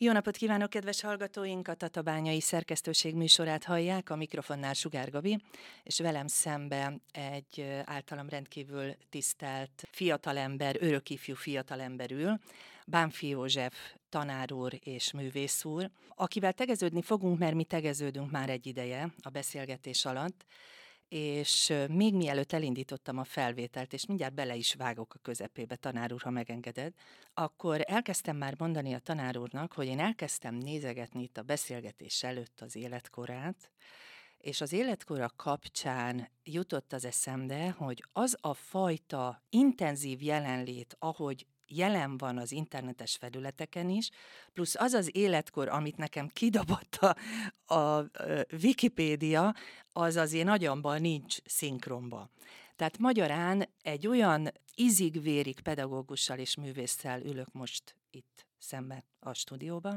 Jó napot kívánok, kedves hallgatóink! A Tatabányai Szerkesztőség műsorát hallják, a mikrofonnál Sugár Gabi, és velem szembe egy általam rendkívül tisztelt fiatalember, örökifjú fiatalember ül, Bánffy József tanár úr és művész úr, akivel tegeződni fogunk, mert mi tegeződünk már egy ideje a beszélgetés alatt, és még mielőtt elindítottam a felvételt, és mindjárt bele is vágok a közepébe, tanár úr, ha megengeded, akkor elkezdtem már mondani a tanár úrnak, hogy én elkezdtem nézegetni itt a beszélgetés előtt az életkorát, és az életkora kapcsán jutott az eszembe, hogy az a fajta intenzív jelenlét, ahogy jelen van az internetes felületeken is, plusz az az életkor, amit nekem kidobott a Wikipédia, az az én agyamban nincs szinkronba. Tehát magyarán egy olyan ízig-vérig pedagógussal és művésszel ülök most itt szembe a stúdióban,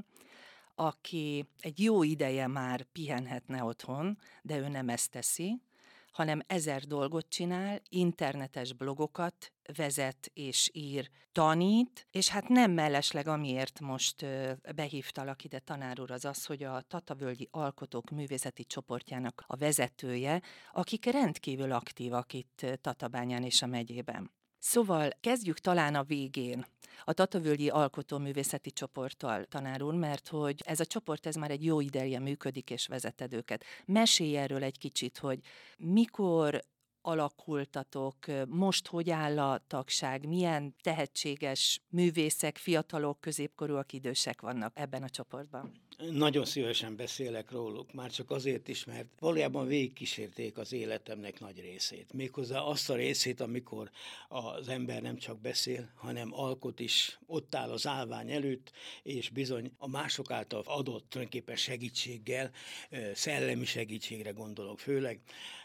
aki egy jó ideje már pihenhetne otthon, de ő nem ezt teszi, hanem 1000 dolgot csinál, internetes blogokat vezet és ír, tanít, és hát nem mellesleg, amiért most behívtalak ide, tanár úr, az az, hogy a Tatavölgyi Alkotók Művészeti Csoportjának a vezetője, akik rendkívül aktívak itt Tatabányán és a megyében. Szóval kezdjük talán a végén, a Tatavölgyi Alkotóművészeti Csoporttal, tanár úr, mert hogy ez a csoport ez már egy jó ideje működik és vezeted őket. Mesélj erről egy kicsit, hogy mikor alakultatok, most hogy áll a tagság, milyen tehetséges művészek, fiatalok, középkorúak, idősek vannak ebben a csoportban? Nagyon szívesen beszélek róluk, már csak azért is, mert valójában végigkísérték az életemnek nagy részét. Méghozzá azt a részét, amikor az ember nem csak beszél, hanem alkot is, ott áll az állvány előtt, és bizony a mások által adott tulajdonképpen segítséggel, szellemi segítségre gondolok főleg,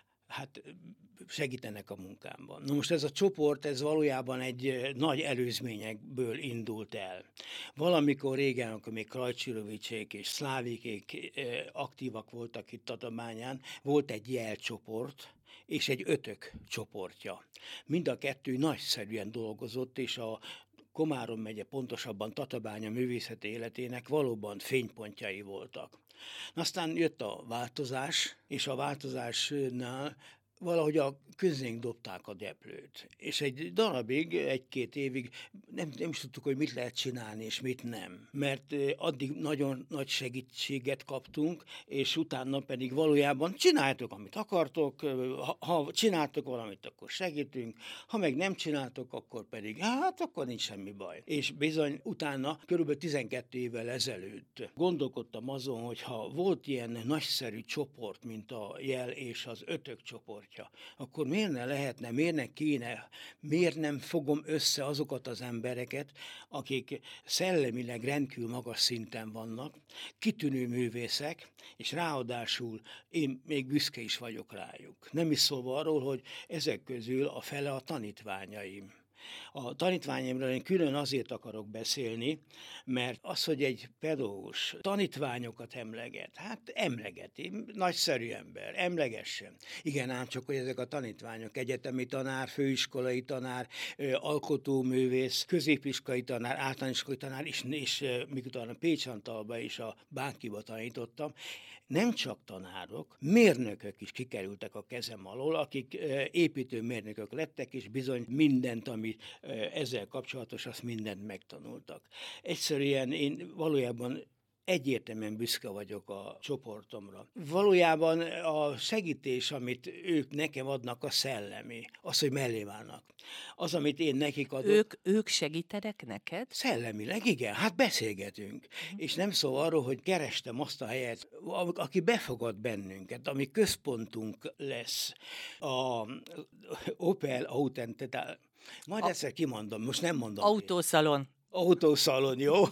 hát segítenek a munkámban. Na most ez a csoport, ez valójában egy nagy előzményekből indult el. Valamikor régen, amikor még Krajcsirovicsék és Szlávikék aktívak voltak itt Tatabányán, volt egy jelcsoport, és egy ötök csoportja. Mind a kettő nagyszerűen dolgozott, és a Komárom megye, pontosabban Tatabánya művészeti életének valóban fénypontjai voltak. Aztán jött a változás, és a változásnál valahogy a közénk dobták a deplőt. És egy darabig, 1-2 évig nem is tudtuk, hogy mit lehet csinálni, és mit nem. Mert addig nagyon nagy segítséget kaptunk, és utána pedig valójában csináltok, amit akartok, ha csináltok valamit, akkor segítünk, ha meg nem csináltok, akkor pedig, hát akkor nincs semmi baj. És bizony utána, körülbelül 12 évvel ezelőtt gondolkodtam azon, hogy ha volt ilyen nagyszerű csoport, mint a Jel és az ötök csoport, akkor miért ne lehetne, miért ne kéne, miért nem fogom össze azokat az embereket, akik szellemileg rendkívül magas szinten vannak, kitűnő művészek, és ráadásul én még büszke is vagyok rájuk. Nem is szólva arról, hogy ezek közül a fele a tanítványaim. A tanítványaimról én külön azért akarok beszélni, mert az, hogy egy pedagógus tanítványokat emleget, hát emlegeti, nagyszerű ember, emlegessen. Igen, ám csak, hogy ezek a tanítványok, egyetemi tanár, főiskolai tanár, alkotóművész, középiskolai tanár, általános iskolai tanár, és mikor a Pécs Antalba és a Bánkiba tanítottam, nem csak tanárok, mérnökök is kikerültek a kezem alól, akik építőmérnökök lettek, és bizony mindent, ami ezzel kapcsolatos, azt mindent megtanultak. Egyszerűen én valójában egyértelműen büszke vagyok a csoportomra. Valójában a segítés, amit ők nekem adnak, a szellemi, az, hogy mellé válnak. Az, amit én nekik adok. Ők segítenek neked? Szellemileg, igen, hát beszélgetünk. És nem szó arról, hogy kerestem azt a helyet, aki befogad bennünket, ami központunk lesz. A Opel Autentetál. Majd egyszer kimondom, most nem mondom. Autószalon. Autószalon, jó?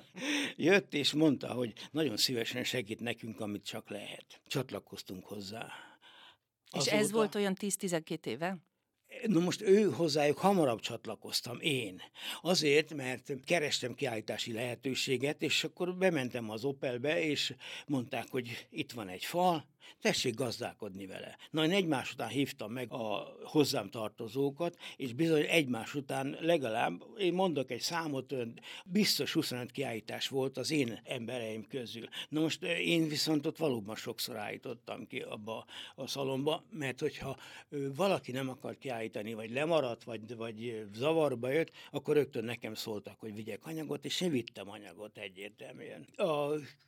Jött és mondta, hogy nagyon szívesen segít nekünk, amit csak lehet. Csatlakoztunk hozzá. És ez volt olyan 10-12 éve? No most hozzájuk hamarabb csatlakoztam én. Azért, mert kerestem kiállítási lehetőséget, és akkor bementem az Opelbe, és mondták, hogy itt van egy fal, tessék gazdálkodni vele. Na, én egymás után hívtam meg a hozzám tartozókat, és bizony egymás után legalább, én mondok egy számot, biztos 25 kiállítás volt az én embereim közül. Na most én viszont ott valóban sokszor állítottam ki abba a szalomba, mert hogyha valaki nem akar kiállítani, vagy lemaradt, vagy zavarba jött, akkor rögtön nekem szóltak, hogy vigyek anyagot, és én vittem anyagot egyértelműen. A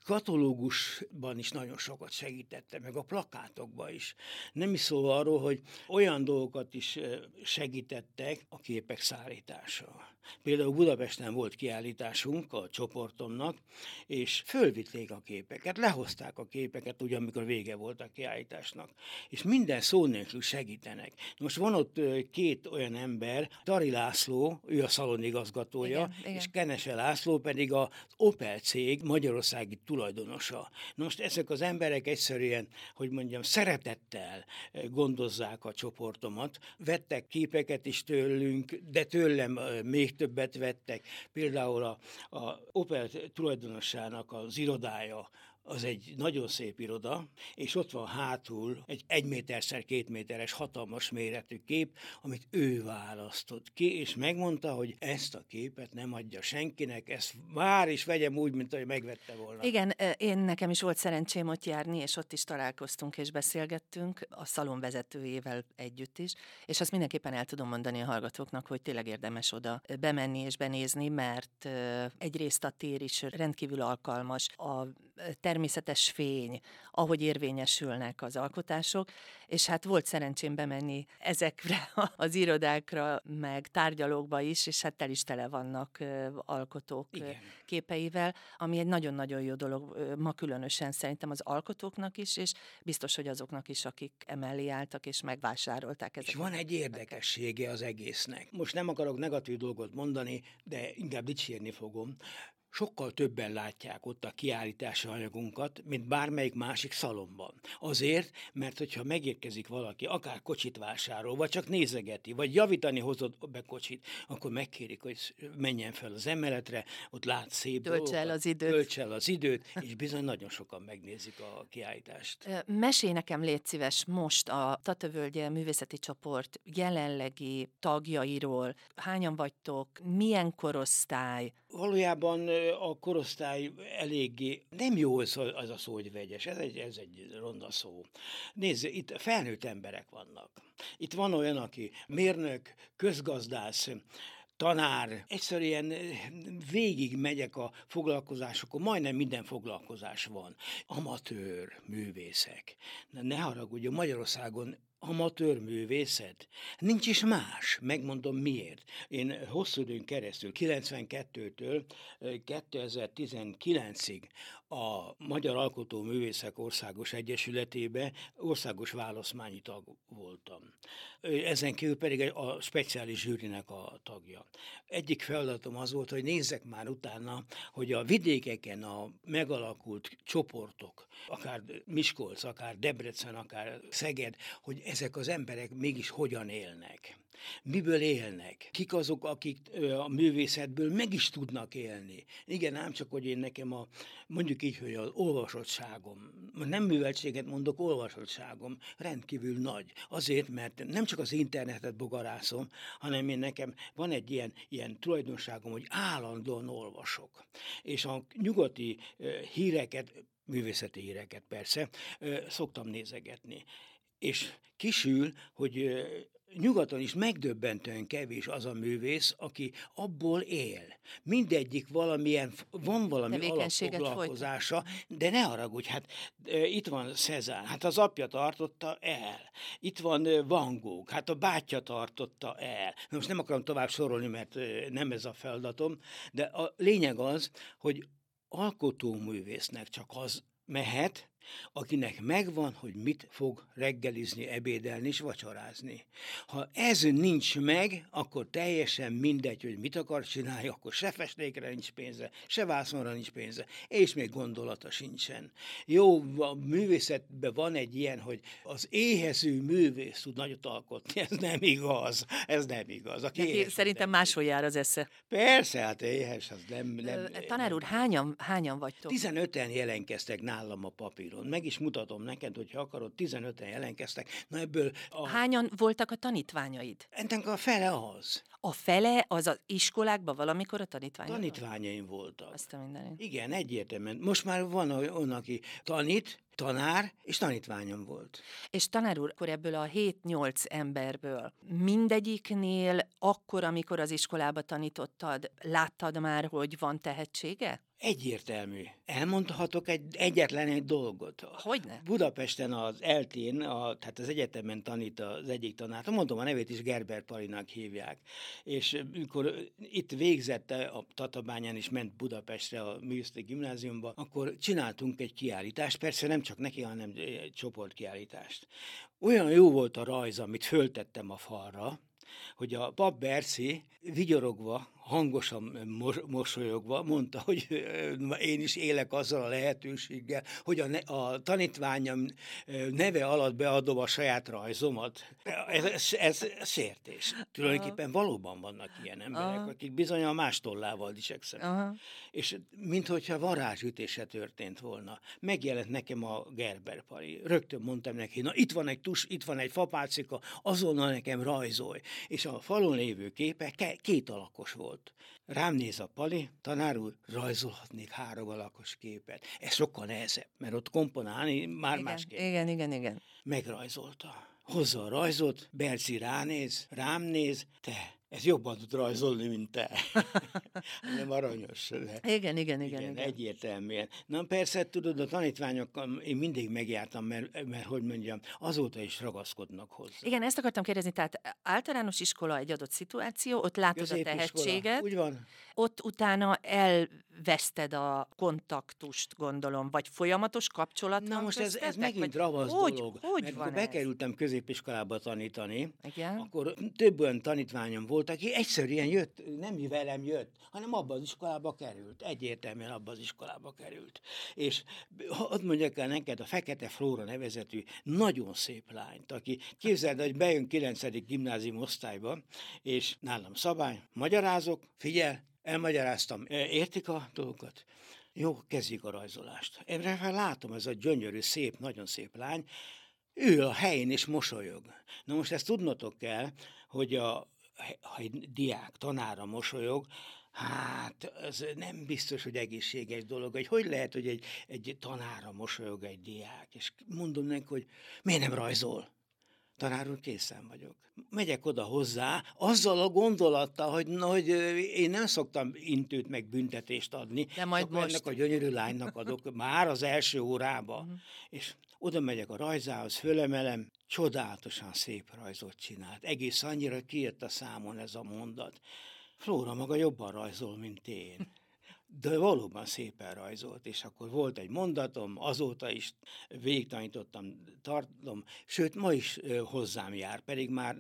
katalógusban is nagyon sokat segítettem, meg a plakátokban is. Nem is szól arról, hogy olyan dolgokat is segítettek a képek szállítása. Például Budapesten volt kiállításunk a csoportomnak, és fölvitték a képeket, lehozták a képeket, ugye amikor vége volt a kiállításnak. És minden szó nélkül segítenek. Most van ott két olyan ember, Tari László, ő a szalonigazgatója, Igen. és Kenese László pedig az Opel cég magyarországi tulajdonosa. Na most ezek az emberek egyszerűen, hogy mondjam, szeretettel gondozzák a csoportomat, vettek képeket is tőlünk, de tőlem még többet vettek. Például a Opel tulajdonosának az irodája, az egy nagyon szép iroda, és ott van hátul egy 1 méterszer 2 méteres hatalmas méretű kép, amit ő választott ki, és megmondta, hogy ezt a képet nem adja senkinek, ezt már is vegyem úgy, mint hogy megvette volna. Igen, nekem is volt szerencsém ott járni, és ott is találkoztunk és beszélgettünk a szalon vezetőjével együtt is, és azt mindenképpen el tudom mondani a hallgatóknak, hogy tényleg érdemes oda bemenni és benézni, mert egyrészt a tér is rendkívül alkalmas, a természetes fény, ahogy érvényesülnek az alkotások, és hát volt szerencsém bemenni ezekre az irodákra, meg tárgyalókba is, és hát tele vannak alkotók képeivel, ami egy nagyon-nagyon jó dolog, ma különösen szerintem az alkotóknak is, és biztos, hogy azoknak is, akik emellé álltak és megvásárolták ezeket. És van egy érdekessége az egésznek. Most nem akarok negatív dolgot mondani, de inkább dicsérni fogom. Sokkal többen látják ott a kiállítási anyagunkat, mint bármelyik másik szalomban. Azért, mert hogyha megérkezik valaki, akár kocsit vásárol, vagy csak nézegeti, vagy javítani hozott be kocsit, akkor megkérik, hogy menjen fel az emeletre, ott lát szép Töltse el az időt. Töltse el az időt, és bizony nagyon sokan megnézik a kiállítást. Mesélj nekem, légy szíves, most a Tatövölgye művészeti csoport jelenlegi tagjairól. Hányan vagytok? Milyen korosztály? Valójában a korosztály eléggé, nem jó az a szó, hogy vegyes, ez egy ronda szó. Nézd, itt felnőtt emberek vannak. Itt van olyan, aki mérnök, közgazdász, tanár, egyszerűen végig megyek a foglalkozásokon, majdnem minden foglalkozás van. Amatőr művészek. Ne haragudj, Magyarországon amatőr művészet? Nincs is más, megmondom miért. Én hosszú időn keresztül, 92-től 2019-ig a Magyar Alkotóművészek Országos Egyesületébe országos választmányi tag voltam. Ezen kívül pedig a speciális zsűrinek a tagja. Egyik feladatom az volt, hogy nézzek már utána, hogy a vidékeken a megalakult csoportok, akár Miskolc, akár Debrecen, akár Szeged, hogy ezek az emberek mégis hogyan élnek. Miből élnek? Kik azok, akik a művészetből meg is tudnak élni? Igen, ám csak, hogy én nekem mondjuk így, hogy az olvasottságom, nem műveltséget mondok, olvasottságom rendkívül nagy. Azért, mert nem csak az internetet bogarászom, hanem nekem van egy ilyen tulajdonságom, hogy állandóan olvasok. És a nyugati híreket, művészeti híreket persze, szoktam nézegetni. És kisül, hogy nyugaton is megdöbbentően kevés az a művész, aki abból él. Mindegyik van valami alapfoglalkozása, de ne haragudj, hát itt van Cézanne, hát az apja tartotta el. Itt van Van Gogh, hát a bátyja tartotta el. Most nem akarom tovább sorolni, mert nem ez a feladatom, de a lényeg az, hogy alkotóművésznek csak az mehet, akinek megvan, hogy mit fog reggelizni, ebédelni és vacsorázni. Ha ez nincs meg, akkor teljesen mindegy, hogy mit akar csinálni, akkor se festékre nincs pénze, se vászonra nincs pénze, és még gondolata sincsen. Jó, a művészetben van egy ilyen, hogy az éhező művész tud nagyot alkotni, ez nem igaz, ez nem igaz. Szerintem máshol jár az esze. Persze, hát éhes, az nem. Tanár úr, hányan vagytok? 15-en jelentkeztek nálam a papíron. papíron. Meg is mutatom neked, hogyha akarod, 15-en jelentkeztek. Na ebből Hányan voltak a tanítványaid? ennek a fele az. A fele az az iskolákban valamikor a tanítványok? Tanítványaim voltak. Azt a mindenit. Igen, egyértelműen. Most már van olyan, aki tanít, tanár, és tanítványom volt. És tanár úr, akkor ebből a 7-8 emberből mindegyiknél akkor, amikor az iskolába tanítottad, láttad már, hogy van tehetsége? Egyértelmű. Elmondhatok egyetlen egy dolgot. Hogyne? Budapesten az ELTén, tehát az egyetemen tanít az egyik tanár, mondom a nevét is, Gerber Palinak hívják. És mikor itt végzett a Tatabányán és ment Budapestre a Művészeti Gimnáziumba, akkor csináltunk egy kiállítást, persze nem csak neki, hanem egy csoportkiállítást. Olyan jó volt a rajz, amit föltettem a falra, hogy a pap Berci vigyorogva, hangosan mosolyogva mondta, hogy én is élek azzal a lehetőséggel, hogy a tanítványom neve alatt beadom a saját rajzomat. Ez sértés. Tulajdonképpen valóban vannak ilyen emberek, akik bizony a más tollával dicsekszenek. És minthogyha varázsütése történt volna. Megjelent nekem a Gerber Pali. Rögtön mondtam neki, na itt van egy tus, itt van egy fapálcika, azonnal nekem rajzolj. És a falon lévő képe 2 alakos volt. Rám néz a Pali, tanár úr, rajzolhatnék 3 alakos képet. Ez sokkal nehezebb, mert ott komponálni már másképp. Igen. Megrajzolta. Hozza a rajzot, Berci ránéz, rám néz, te, ez jobban tud rajzolni, mint te. Nem aranyos. Igen. Egyértelműen. Na persze, tudod, a tanítványokkal én mindig megjártam, mert hogy mondjam, azóta is ragaszkodnak hozzá. Igen, ezt akartam kérdezni, tehát általános iskola egy adott szituáció, ott látod a tehetséget, úgy van. ott utána elveszted a kontaktust, gondolom, vagy folyamatos kapcsolat Na van most ez köztetek, megint vagy ravasz dolog. Hogy mert van amikor ez? bekerültem középiskolába tanítani, Igen? akkor több olyan tanítványom volt, aki egyszerűen jött, nem velem jött, hanem abba az iskolába került. Egyértelműen abba az iskolába került. És ott mondjak el neked a Fekete Flóra nevezetű nagyon szép lányt, aki képzeld, hogy bejön 9. gimnázium osztályba, és nálam szabály, magyarázok, figyel, elmagyaráztam, értik a dolgokat? Jó, kezdjük a rajzolást. Én látom, ez a gyönyörű, szép, nagyon szép lány, ül a helyén és mosolyog. Na most ezt tudnotok kell, hogy ha egy diák tanára mosolyog, hát ez nem biztos, hogy egészséges dolog. Hogy lehet, hogy egy tanára mosolyog egy diák? És mondom neki, hogy miért nem rajzol? Tanár úr, készen vagyok. Megyek oda hozzá, azzal a gondolattal, hogy én nem szoktam intőt meg büntetést adni. De majd most. Ennek a gyönyörű lánynak adok már az első órába. És oda megyek a rajzához, fölemelem, csodálatosan szép rajzot csinált. Egész annyira kijött a számon ez a mondat. Flóra maga jobban rajzol, mint én. De valóban szépen rajzolt, és akkor volt egy mondatom, azóta is végigtanítottam, tartom, sőt, ma is hozzám jár, pedig már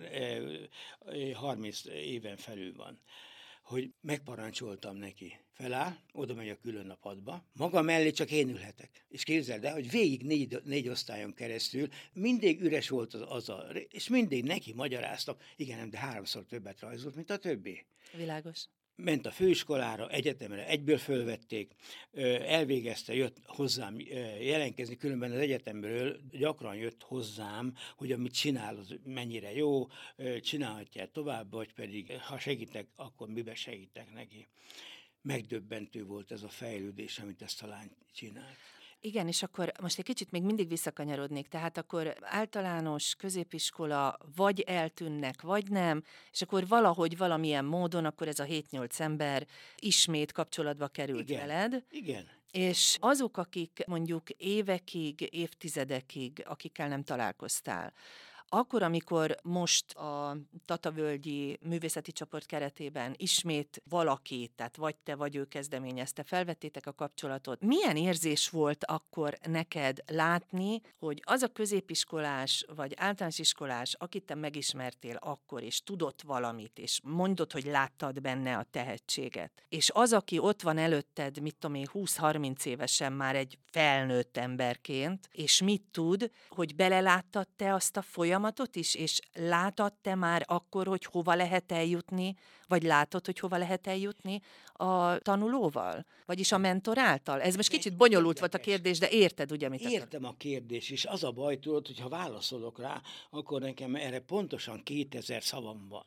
30 éven felül van, hogy megparancsoltam neki. Feláll, oda megy a külön a padba, maga mellé csak én ülhetek. És képzeld el, hogy végig 4 osztályon keresztül mindig üres volt és mindig neki magyaráztam, igen, de 3-szor többet rajzolt, mint a többi. Világos. Ment a főiskolára, egyetemre, egyből fölvették, elvégezte, jött hozzám jelentkezni, különben az egyetemről gyakran jött hozzám, hogy amit csinál, az mennyire jó, csinálhatja tovább, vagy pedig ha segítek, akkor miben segítek neki. Megdöbbentő volt ez a fejlődés, amit ezt a lány csinált. Igen, és akkor most egy kicsit még mindig visszakanyarodnék, tehát akkor általános középiskola vagy eltűnnek, vagy nem, és akkor valahogy valamilyen módon akkor ez a 7-8 ember ismét kapcsolatba került veled. Igen. És azok, akik mondjuk évekig, évtizedekig, akikkel nem találkoztál, akkor, amikor most a Tatavölgyi Művészeti Csoport keretében ismét valaki, tehát vagy te, vagy ő kezdeményezte, felvettétek a kapcsolatot, milyen érzés volt akkor neked látni, hogy az a középiskolás, vagy általános iskolás, akit te megismertél akkor, és tudott valamit, és mondod, hogy láttad benne a tehetséget, és az, aki ott van előtted, mit tudom én, 20-30 évesen már egy felnőtt emberként, és mit tud, hogy beleláttad te azt a folyamatot, folyamatot is, és látod te már akkor, hogy hova lehet eljutni, vagy látod, hogy hova lehet eljutni a tanulóval? Vagyis a mentor által? Ez most kicsit bonyolult volt a kérdés, de érted ugye, mit akarok? Értem a kérdést, és az a baj, tudod, hogyha válaszolok rá, akkor nekem erre pontosan 2000 szavam van.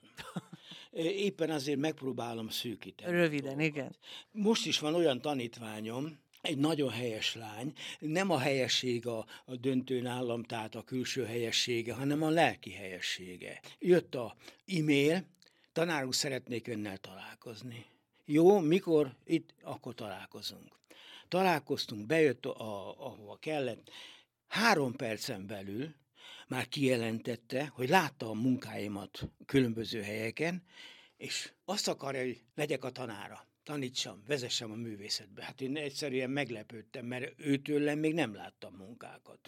Éppen azért megpróbálom szűkíteni. Röviden, igen. Most is van olyan tanítványom, egy nagyon helyes lány, nem a helyesség a döntő nálam, tehát a külső helyessége, hanem a lelki helyessége. Jött a e-mail, tanár úr, szeretnék önnel találkozni. Jó, mikor? Itt, akkor találkozunk. Találkoztunk, bejött, ahova kellett. 3 percen belül már kijelentette, hogy látta a munkáimat különböző helyeken, és azt akarja, hogy legyek a tanára. Tanítsam, vezessem a művészetbe. Hát én egyszerűen meglepődtem, mert őtőlem még nem láttam munkákat.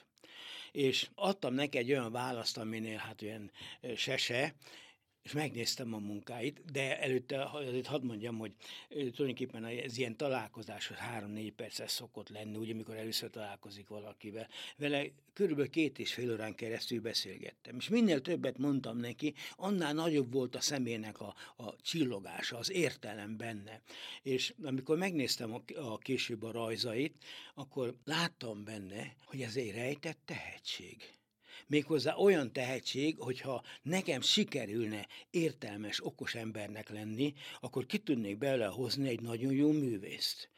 És adtam neki egy olyan választ, aminél hát olyan sese, és megnéztem a munkáit, de előtte azért hadd mondjam, hogy tulajdonképpen ez ilyen találkozásos 3-4 perces szokott lenni, ugye, amikor először találkozik valakivel. Vele körülbelül 2,5 órán keresztül beszélgettem, és minél többet mondtam neki, annál nagyobb volt a szemének a csillogása, az értelem benne. És amikor megnéztem a később a rajzait, akkor láttam benne, hogy ez egy rejtett tehetség. Méghozzá olyan tehetség, hogyha nekem sikerülne értelmes, okos embernek lenni, akkor ki tudnék belőle hozni egy nagyon jó művészt.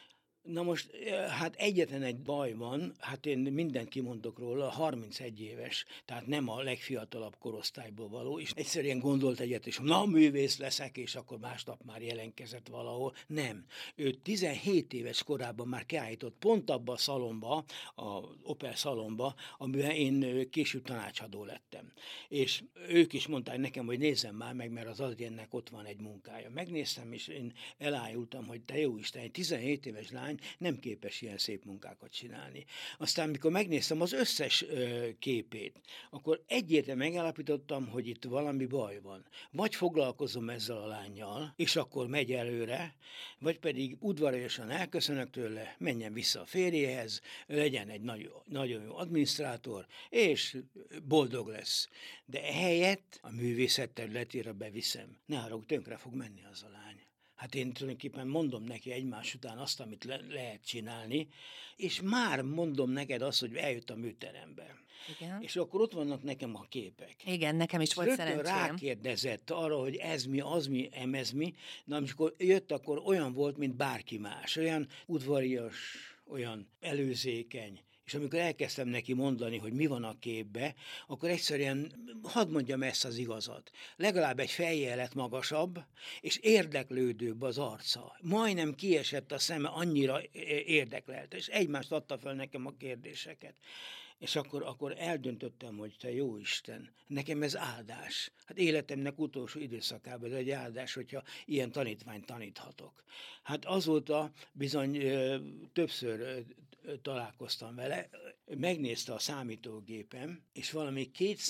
Na most, hát egyetlen egy baj van, hát én mindent kimondok róla, 31 éves, tehát nem a legfiatalabb korosztályból való, és egyszerűen gondolt egyet, és na, művész leszek, és akkor másnap már jelentkezett valahol. Nem. Ő 17 éves korában már kiállított pont abba a szalomba, az Opel szalomba, amiben én később tanácsadó lettem. És ők is mondták nekem, hogy nézzem már meg, mert az Adriennek ott van egy munkája. Megnéztem, és én elájultam, hogy te jó Isten, egy 17 éves lány nem képes ilyen szép munkákat csinálni. Aztán, mikor megnéztem az összes képét, akkor egyértelműen megállapítottam, hogy itt valami baj van. Vagy foglalkozom ezzel a lánnyal, és akkor megy előre, vagy pedig udvariasan elköszönök tőle, menjen vissza a férjéhez, legyen egy nagyon jó adminisztrátor, és boldog lesz. De ehelyett a művészet területére beviszem. Ne haragudj, tönkre fog menni az a lány. Hát én tulajdonképpen mondom neki egymás után azt, amit lehet csinálni, és már mondom neked azt, hogy eljött a műterembe. Igen. És akkor ott vannak nekem a képek. Igen, nekem is volt rögtön szerencsém. rákérdezett arra, hogy ez mi, az mi, ez mi. Na, amikor jött, akkor olyan volt, mint bárki más. Olyan udvarias, olyan előzékeny. És amikor elkezdtem neki mondani, hogy mi van a képbe, akkor egyszerűen, hadd mondjam ezt az igazat, legalább egy fejjel lett magasabb, és érdeklődőbb az arca. Majdnem kiesett a szeme, annyira érdeklelt, és egymást adta fel nekem a kérdéseket. És akkor eldöntöttem, hogy te jó Isten, nekem ez áldás. Hát életemnek utolsó időszakában ez egy áldás, hogyha ilyen tanítványt taníthatok. Hát azóta bizony többször találkoztam vele, megnézte a számítógépem, és valami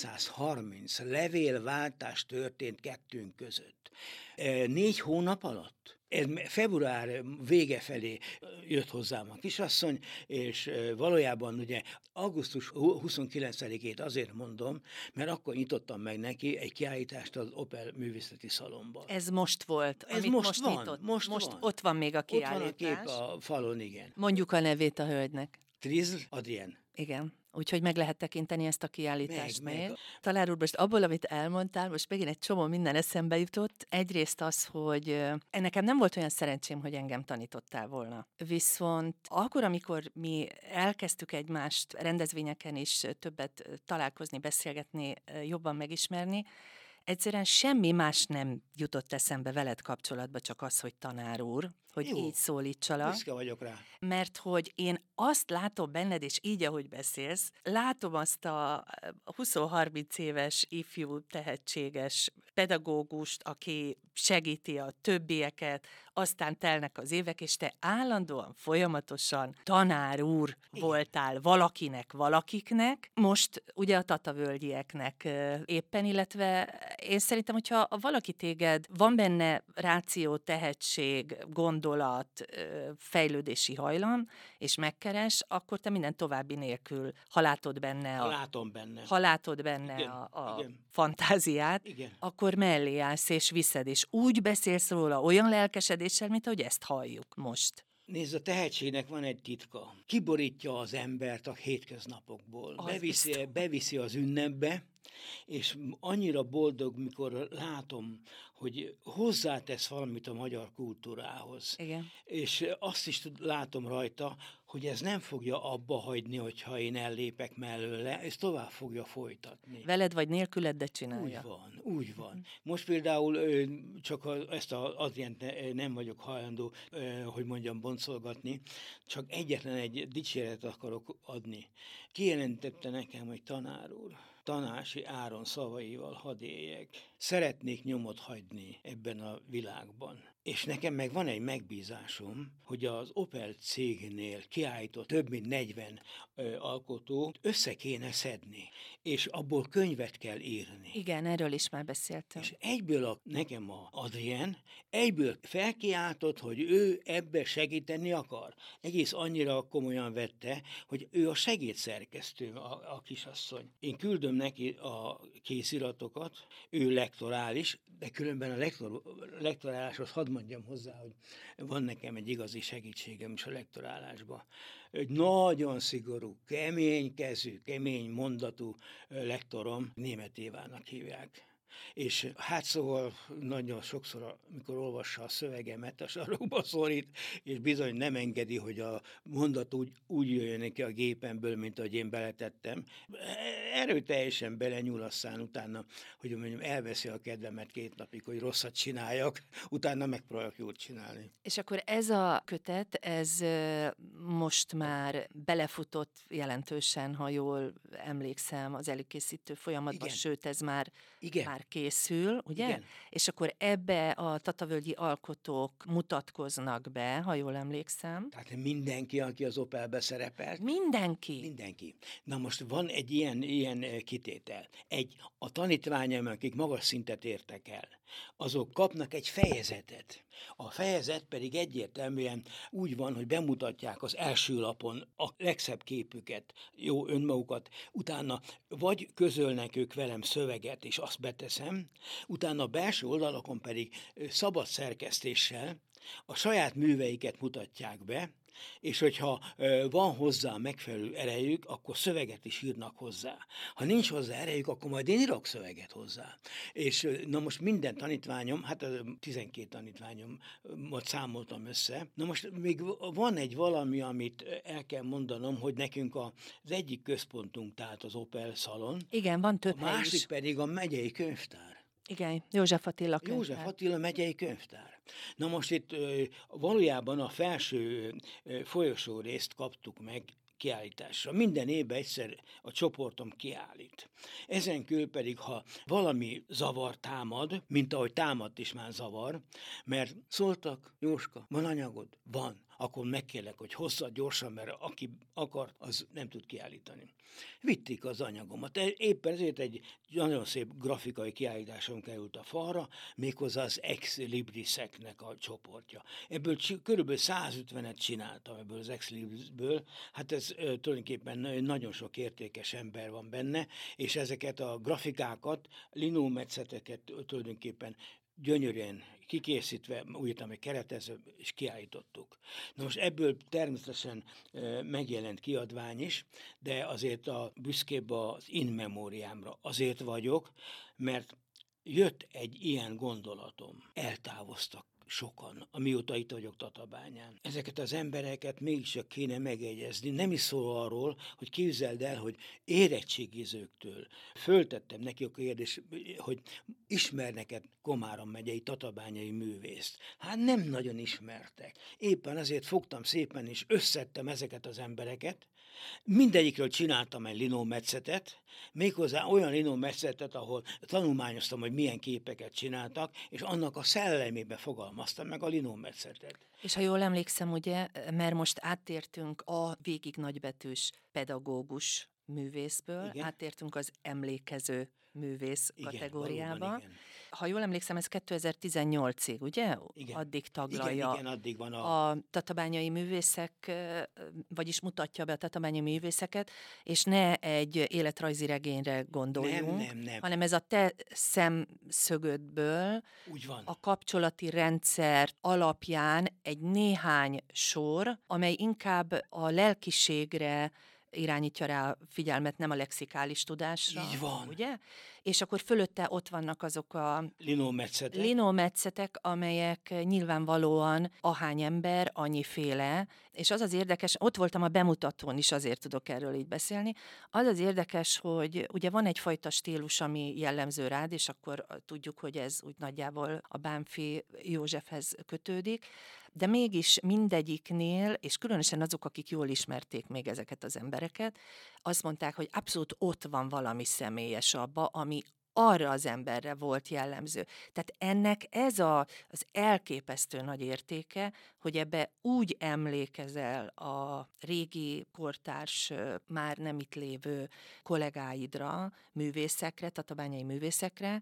230 levélváltás történt kettőnk között. 4 hónap alatt. Ez február vége felé jött hozzám a kisasszony, és valójában ugye augusztus 29-ét azért mondom, mert akkor nyitottam meg neki egy kiállítást az Opel művészeti szalomban. Ez most volt, Ez amit most van, nyitott. most van. Ott van még a Ott van kiállítás. a kép a falon, igen. Mondjuk a nevét a hölgynek. Trizl Adrien. Igen. Úgyhogy meg lehet tekinteni ezt a kiállítást Meg. még. Talán úr, most abból, amit elmondtál, most megint egy csomó minden eszembe jutott. Egyrészt az, hogy nekem nem volt olyan szerencsém, hogy engem tanítottál volna. Viszont akkor, amikor mi elkezdtük egymást rendezvényeken is többet találkozni, beszélgetni, jobban megismerni, egyszerűen semmi más nem jutott eszembe veled kapcsolatba, csak az, hogy tanár úr, hogy Jó. így szólítsalak. Büszke vagyok rá. Mert hogy én azt látom benned, és így, ahogy beszélsz, látom azt a 20-30 éves ifjú tehetséges pedagógust, aki segíti a többieket, aztán telnek az évek, és te állandóan, folyamatosan tanár úr voltál valakinek, valakiknek, most ugye a tatavölgyieknek éppen, illetve én szerintem, hogyha valaki téged, van benne ráció, tehetség, gondolat, gondolat, fejlődési hajlam, és megkeres, akkor te minden további nélkül, ha látod benne Igen, a igen, fantáziát, igen. akkor mellé állsz és viszed, és úgy beszélsz róla olyan lelkesedéssel, mint ahogy ezt halljuk most. Nézd, a tehetségnek van egy titka. Kiborítja az embert a hétköznapokból. Az biztos. Beviszi az ünnepbe, és annyira boldog, mikor látom, hogy hozzátesz valamit a magyar kultúrához. Igen. És azt is látom rajta, hogy ez nem fogja abba hagyni, hogyha én ellépek mellőle, ez tovább fogja folytatni. Veled vagy nélküled, de csinálja. Úgy van. Most például csak ezt az Adrient nem vagyok hajlandó, hogy mondjam, boncolgatni, csak egyetlen egy dicséretet akarok adni. Kijelentette nekem, hogy tanár úr, Tanási Áron szavaival hadd éljek. Szeretnék nyomot hagyni ebben a világban. És nekem meg van egy megbízásom, hogy az Opel cégnél kiállított több mint 40 alkotót össze kéne szedni, és abból könyvet kell írni. Igen, erről is már beszéltem. És egyből nekem a Adrien egyből felkiáltott, hogy ő ebbe segíteni akar. Egész annyira komolyan vette, hogy ő a segédszerkesztő, a kisasszony. Én küldöm neki a kéziratokat, ő lektorális, de különben a lektoráláshoz hadd mondjam hozzá, hogy van nekem egy igazi segítségem is a lektorálásban. Egy nagyon szigorú, kemény kezű, kemény mondatú lektorom, Németh Évának hívják. És hát szóval nagyon sokszor, amikor olvassa a szövegemet, a sarokba szorít, és bizony nem engedi, hogy a mondat úgy jöjjön neki a gépemből, mint ahogy én beletettem. Erőteljesen belenyúl, aztán utána, hogy mondjam, elveszi a kedvemet 2 napig, hogy rosszat csináljak, utána megpróbálok jót csinálni. És akkor ez a kötet, ez most már belefutott jelentősen, ha jól emlékszem, az előkészítő folyamatban, Igen. sőt, ez már készül, ugye? Igen. És akkor ebbe a tatavölgyi alkotók mutatkoznak be, ha jól emlékszem. Tehát mindenki, aki az Opelbe szerepelt. Mindenki. Na most van egy ilyen kitétel. A tanítványaim, akik magas szintet értek el, azok kapnak egy fejezetet. A fejezet pedig egyértelműen úgy van, hogy bemutatják az első lapon a legszebb képüket, jó önmagukat, utána vagy közölnek ők velem szöveget, és azt beteszem, utána a belső oldalakon pedig szabad szerkesztéssel a saját műveiket mutatják be, és hogyha van hozzá megfelelő erejük, akkor szöveget is írnak hozzá. Ha nincs hozzá erejük, akkor majd én írok szöveget hozzá. És na most minden tanítványom, hát 12 tanítványomot számoltam össze. Na most még van egy valami, amit el kell mondanom, hogy nekünk az egyik központunk, tehát az Opel Szalon. Igen, van több hely is. A másik pedig a megyei könyvtár. Igen, József Attila könyvtár. József Attila megyei könyvtár. Na most itt valójában a felső folyosó részt kaptuk meg kiállításra. Minden évben egyszer a csoportom kiállít. Ezen kívül pedig, ha valami zavar támad, mint ahogy támadt is már zavar, mert szóltak, Jóska, van anyagod? Van. Akkor megkérlek, hogy hozzad gyorsan, mert aki akart, az nem tud kiállítani. Vitték az anyagomat. Éppen ezért egy nagyon szép grafikai kiállításon került a falra, méghozzá az Ex Libriseknek a csoportja. Ebből körülbelül 150-et csináltam ebből az Ex Librisből. Hát ez tulajdonképpen nagyon sok értékes ember van benne, és ezeket a grafikákat, linometszетeket tulajdonképpen gyönyörűen kikészítve, úgy ami keretezve, és kiállítottuk. Na most ebből természetesen megjelent kiadvány is, de azért büszkébb az in memóriámra azért vagyok, mert jött egy ilyen gondolatom, eltávoztak sokan, amióta itt vagyok Tatabányán. Ezeket az embereket mégiscsak kéne megegyezni. Nem is szól arról, hogy képzeld el, hogy érettségizőktől föltettem neki a kérdést, hogy ismernek-e Komárom megyei tatabányai művészt. Hát nem nagyon ismertek. Éppen azért fogtam szépen és összedtem ezeket az embereket. Mindegyikről csináltam egy linometszet, méghozzá olyan linometszet, ahol tanulmányoztam, hogy milyen képeket csináltak, és annak a szellemébe fogalmaztam meg a linometszet. És ha jól emlékszem, ugye, mert most áttértünk a végig nagybetűs pedagógus művészből, igen, áttértünk az emlékező művész kategóriába. Valóban, igen. ha jól emlékszem, ez 2018-ig, ugye? Igen. Addig taglalja Igen, addig van a tatabányai művészek, vagyis mutatja be a tatabányai művészeket, és ne egy életrajzi regényre gondoljunk, Nem. hanem ez a te szemszögödből Úgy van. a kapcsolati rendszer alapján egy néhány sor, amely inkább a lelkiségre irányítja rá a figyelmet, nem a lexikális tudásra. Így van. Ugye? És akkor fölötte ott vannak azok a linómetszetek, amelyek nyilvánvalóan ahány ember, annyiféle, és az az érdekes, ott voltam a bemutatón is, azért tudok erről így beszélni, az az érdekes, hogy ugye van egyfajta stílus, ami jellemző rád, és akkor tudjuk, hogy ez úgy nagyjából a Bánffy Józsefhez kötődik, de mégis mindegyiknél, és különösen azok, akik jól ismerték még ezeket az embereket, azt mondták, hogy abszolút ott van valami személyes abba, ami arra az emberre volt jellemző. Tehát ennek ez az elképesztő nagy értéke, hogy ebbe úgy emlékezel a régi kortárs, már nem itt lévő kollégáidra, művészekre, tatabányai művészekre,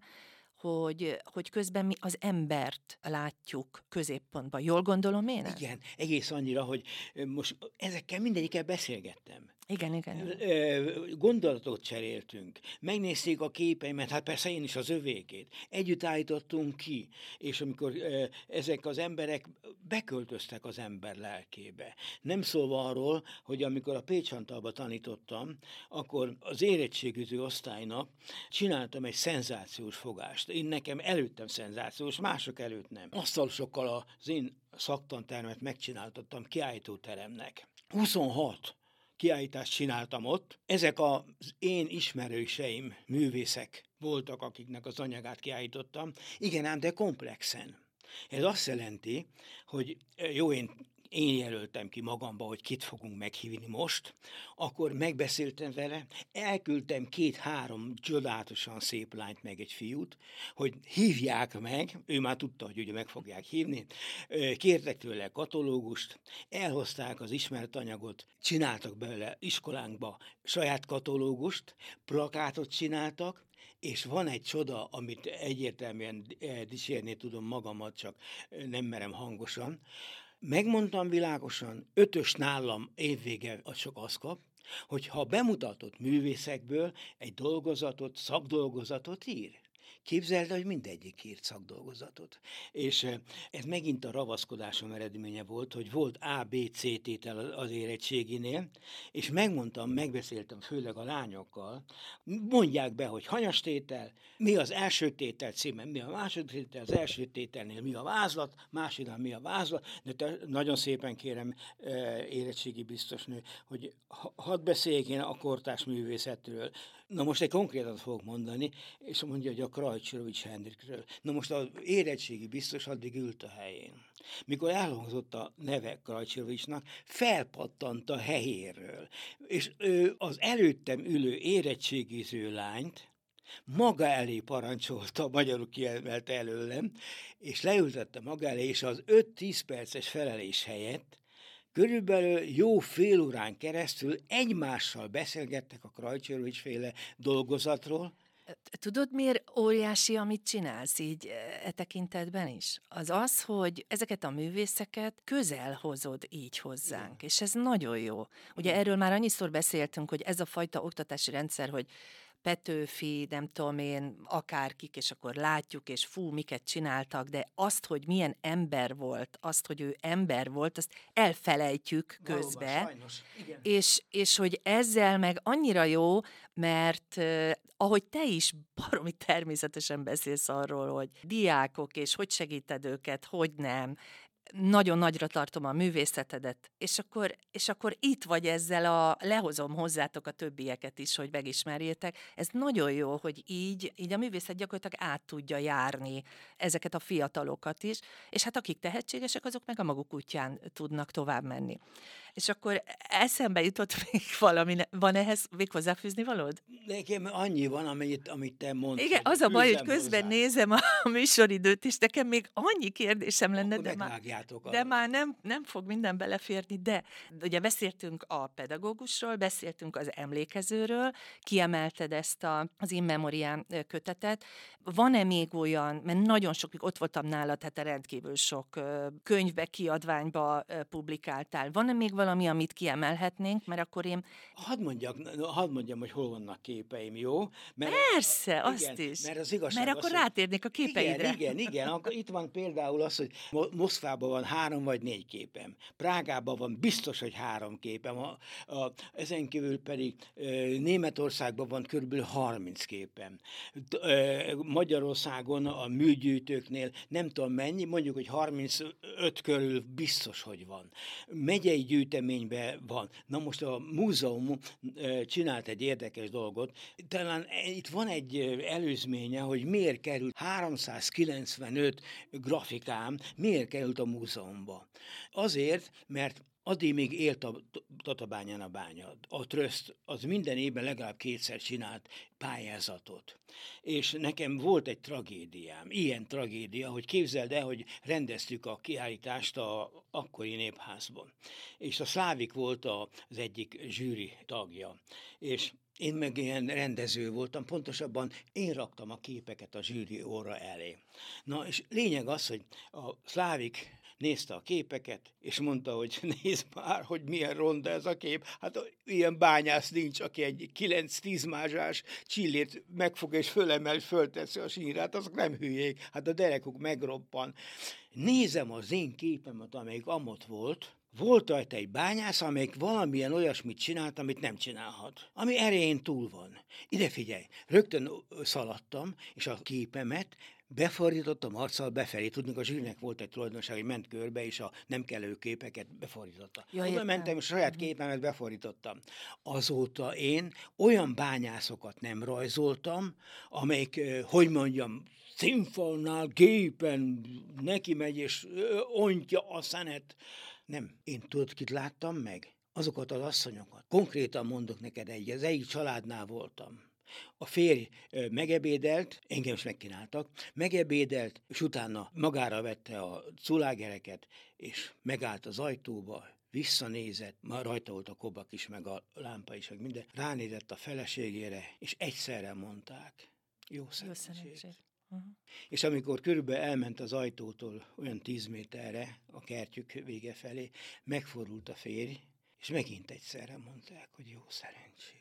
hogy közben mi az embert látjuk középpontban. Jól gondolom én? Igen, egész annyira, hogy most ezekkel mindegyikkel beszélgettem. Igen. Gondolatot cseréltünk, megnézték a képeimet, hát persze én is az övékét. Együtt állítottunk ki, és amikor ezek az emberek beköltöztek az ember lelkébe. Nem szólva arról, hogy amikor a Pécs Antalba tanítottam, akkor az érettségiző osztálynak csináltam egy szenzációs fogást. Én nekem előttem szenzációs, mások előtt nem. Asztalosokkal az én szaktantermet megcsináltattam kiállítóteremnek. 26 kiállítást csináltam ott. Ezek az én ismerőseim, művészek voltak, akiknek az anyagát kiállítottam. Igen ám, de komplexen. Ez azt jelenti, hogy jó, én jelöltem ki magamba, hogy kit fogunk meghívni most, akkor megbeszéltem vele, elküldtem 2-3 csodálatosan szép lányt, meg egy fiút, hogy hívják meg, ő már tudta, hogy ugye meg fogják hívni, kértek tőle katalógust, elhozták az ismert anyagot, csináltak belőle iskolánkba saját katalógust, plakátot csináltak, és van egy csoda, amit egyértelműen dicsérni tudom magamat, csak nem merem hangosan. Megmondtam világosan, 5-ös nálam évvége csak azt kap, hogy ha bemutatott művészekből egy dolgozatot, szakdolgozatot ír. Képzeld, hogy mindegyik írt szakdolgozatot. És ez megint a ravaszkodásom eredménye volt, hogy volt A, B, C tétel az érettséginél, és megbeszéltem főleg a lányokkal, mondják be, hogy hanyas tétel, mi az első tétel címen, mi a második tétel, az első tételnél mi a vázlat, másodiknál mi a vázlat, de te nagyon szépen kérem, érettségi biztosnő, hogy hadd beszéljek én a kortárs művészetről. Na most egy konkrétat fogok mondani, és mondja, hogy a Krajcsovics Henrikről. Na most az érettségi biztos addig ült a helyén. Mikor elhangzott a neve Krajcsovicsnak, felpattant a helyéről. És ő az előttem ülő érettségiző lányt maga elé parancsolta, magyarul kiemelte előlem, és leültette maga elé, és az 5-10 perces felelés helyett körülbelül jó fél órán keresztül egymással beszélgettek a Krajcsovics-féle dolgozatról. Tudod, miért óriási, amit csinálsz így tekintetben is? Az, hogy ezeket a művészeket közel hozod így hozzánk, és ez nagyon jó. Ugye erről már annyiszor beszéltünk, hogy ez a fajta oktatási rendszer, hogy Petőfi, nem tudom én, akárkik, és akkor látjuk, és fú, miket csináltak, de azt, hogy milyen ember volt, azt, hogy ő ember volt, azt elfelejtjük közbe. Valóban, sajnos, igen. És hogy ezzel meg annyira jó, mert ahogy te is baromi természetesen beszélsz arról, hogy diákok, és hogy segíted őket, hogy nem, nagyon nagyra tartom a művészetedet, és akkor itt vagy ezzel lehozom hozzátok a többieket is, hogy megismerjétek. Ez nagyon jó, hogy így a művészet gyakorlatilag át tudja járni ezeket a fiatalokat is, és hát akik tehetségesek, azok meg a maguk útján tudnak tovább menni. És akkor eszembe jutott még valami, van ehhez még hozzáfűzni valód? Nekem annyi van, amit te mondtad. Igen, az a baj, hogy közben nézem a műsoridőt, és nekem még annyi kérdésem lenne, akkor de már látjátok. De már nem fog minden beleférni, de ugye beszéltünk a pedagógusról, beszéltünk az emlékezőről, kiemelted ezt az In Memoriam kötetet. Van-e még olyan, mert nagyon sok, ott voltam nálad, tehát rendkívül sok könyvbe, kiadványba publikáltál. Van-e még valami, amit kiemelhetnénk, mert akkor én... Hadd mondjam, hogy hol vannak képeim, jó? Mert Persze, azt igen, is. mert az igazság Mert akkor az, rátérnék a képeidre. Igen. Akkor itt van például az, hogy Moszkvában van 3 vagy 4 képem. Prágában van biztos, hogy 3 képem. Ezen kívül pedig Németországban van körülbelül 30 képem. Magyarországon a műgyűjtőknél nem tudom mennyi, mondjuk, hogy 35 körül biztos, hogy van. Megyei gyűjteményben van. Na most a múzeum csinált egy érdekes dolgot. Talán itt van egy előzménye, hogy miért került 395 grafikám, miért került a múzeumba. Azért, mert addig még élt a Tatabányán a bánya. A Tröszt az minden évben legalább 2-szer csinált pályázatot. És nekem volt egy tragédiám, ilyen tragédia, hogy képzeld el, hogy rendeztük a kiállítást a akkori Népházban. És a Szlávik volt az egyik zsűri tagja. És én meg ilyen rendező voltam, pontosabban én raktam a képeket a zsűri óra elé. Na, és lényeg az, hogy a Szlávik nézte a képeket, és mondta, hogy nézd már, hogy milyen ronda ez a kép. Hát ilyen bányász nincs, aki egy 9-10 mázsás csillét megfog és fölemel, fölteszi a sínre. Hát azok nem hülyék, hát a derekuk megroppan. Nézem az én képemet, amelyik amott volt rajta egy bányász, amelyik valamilyen olyasmit csinált, amit nem csinálhat. Ami erején túl van. Ide figyelj, rögtön szaladtam, és a képemet befordítottam arccal befelé. Tudni, a zsűrinek volt egy tulajdonság, hogy ment körbe, és a nem kellő képeket befordította. Oda mentem, és saját képemet befordítottam. Azóta én olyan bányászokat nem rajzoltam, amelyik, hogy mondjam, színfalnál gépen neki megy, és ontja a szenet. Nem. Én tudod, kit láttam meg? Azokat az asszonyokat. Konkrétan mondok neked az egyik családnál voltam. A férj megebédelt, engem is megkínáltak, megebédelt, és utána magára vette a culágereket, és megállt az ajtóba, visszanézett, már rajta volt a kobak is, meg a lámpa is, meg minden, ránézett a feleségére, és egyszerre mondták, jó szerencsét. És amikor körülbelül elment az ajtótól olyan 10 méterre, a kertjük vége felé, megfordult a férj, és megint egyszerre mondták, hogy jó szerencsét.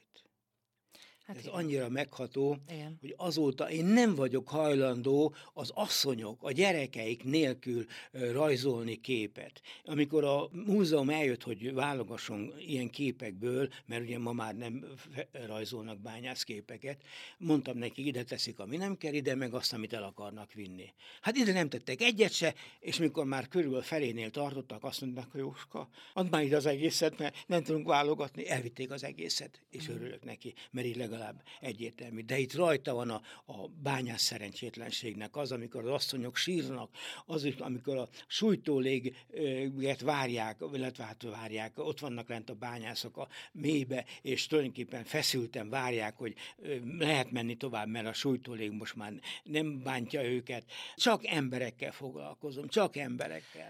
Hát ez annyira megható, igen, hogy azóta én nem vagyok hajlandó az asszonyok, a gyerekeik nélkül rajzolni képet. Amikor a múzeum eljött, hogy válogasson ilyen képekből, mert ugye ma már nem rajzolnak bányászképeket, mondtam neki, ide teszik, ami nem kell, ide meg azt, amit el akarnak vinni. Hát ide nem tettek egyet se, és mikor már körülbelül felénél tartottak, azt mondták, hogy Jóska, add már ide az egészet, mert nem tudunk válogatni. Elvitték az egészet, és örülök neki, mert így legalább egyértelmű. De itt rajta van a bányász szerencsétlenségnek az, amikor az asszonyok sírnak, az, amikor a sújtóléget várják, illetve hát várják, ott vannak lent a bányászok a mélybe, és tulajdonképpen feszülten várják, hogy lehet menni tovább, mert a sújtólég most már nem bántja őket. Csak emberekkel foglalkozom, csak emberekkel.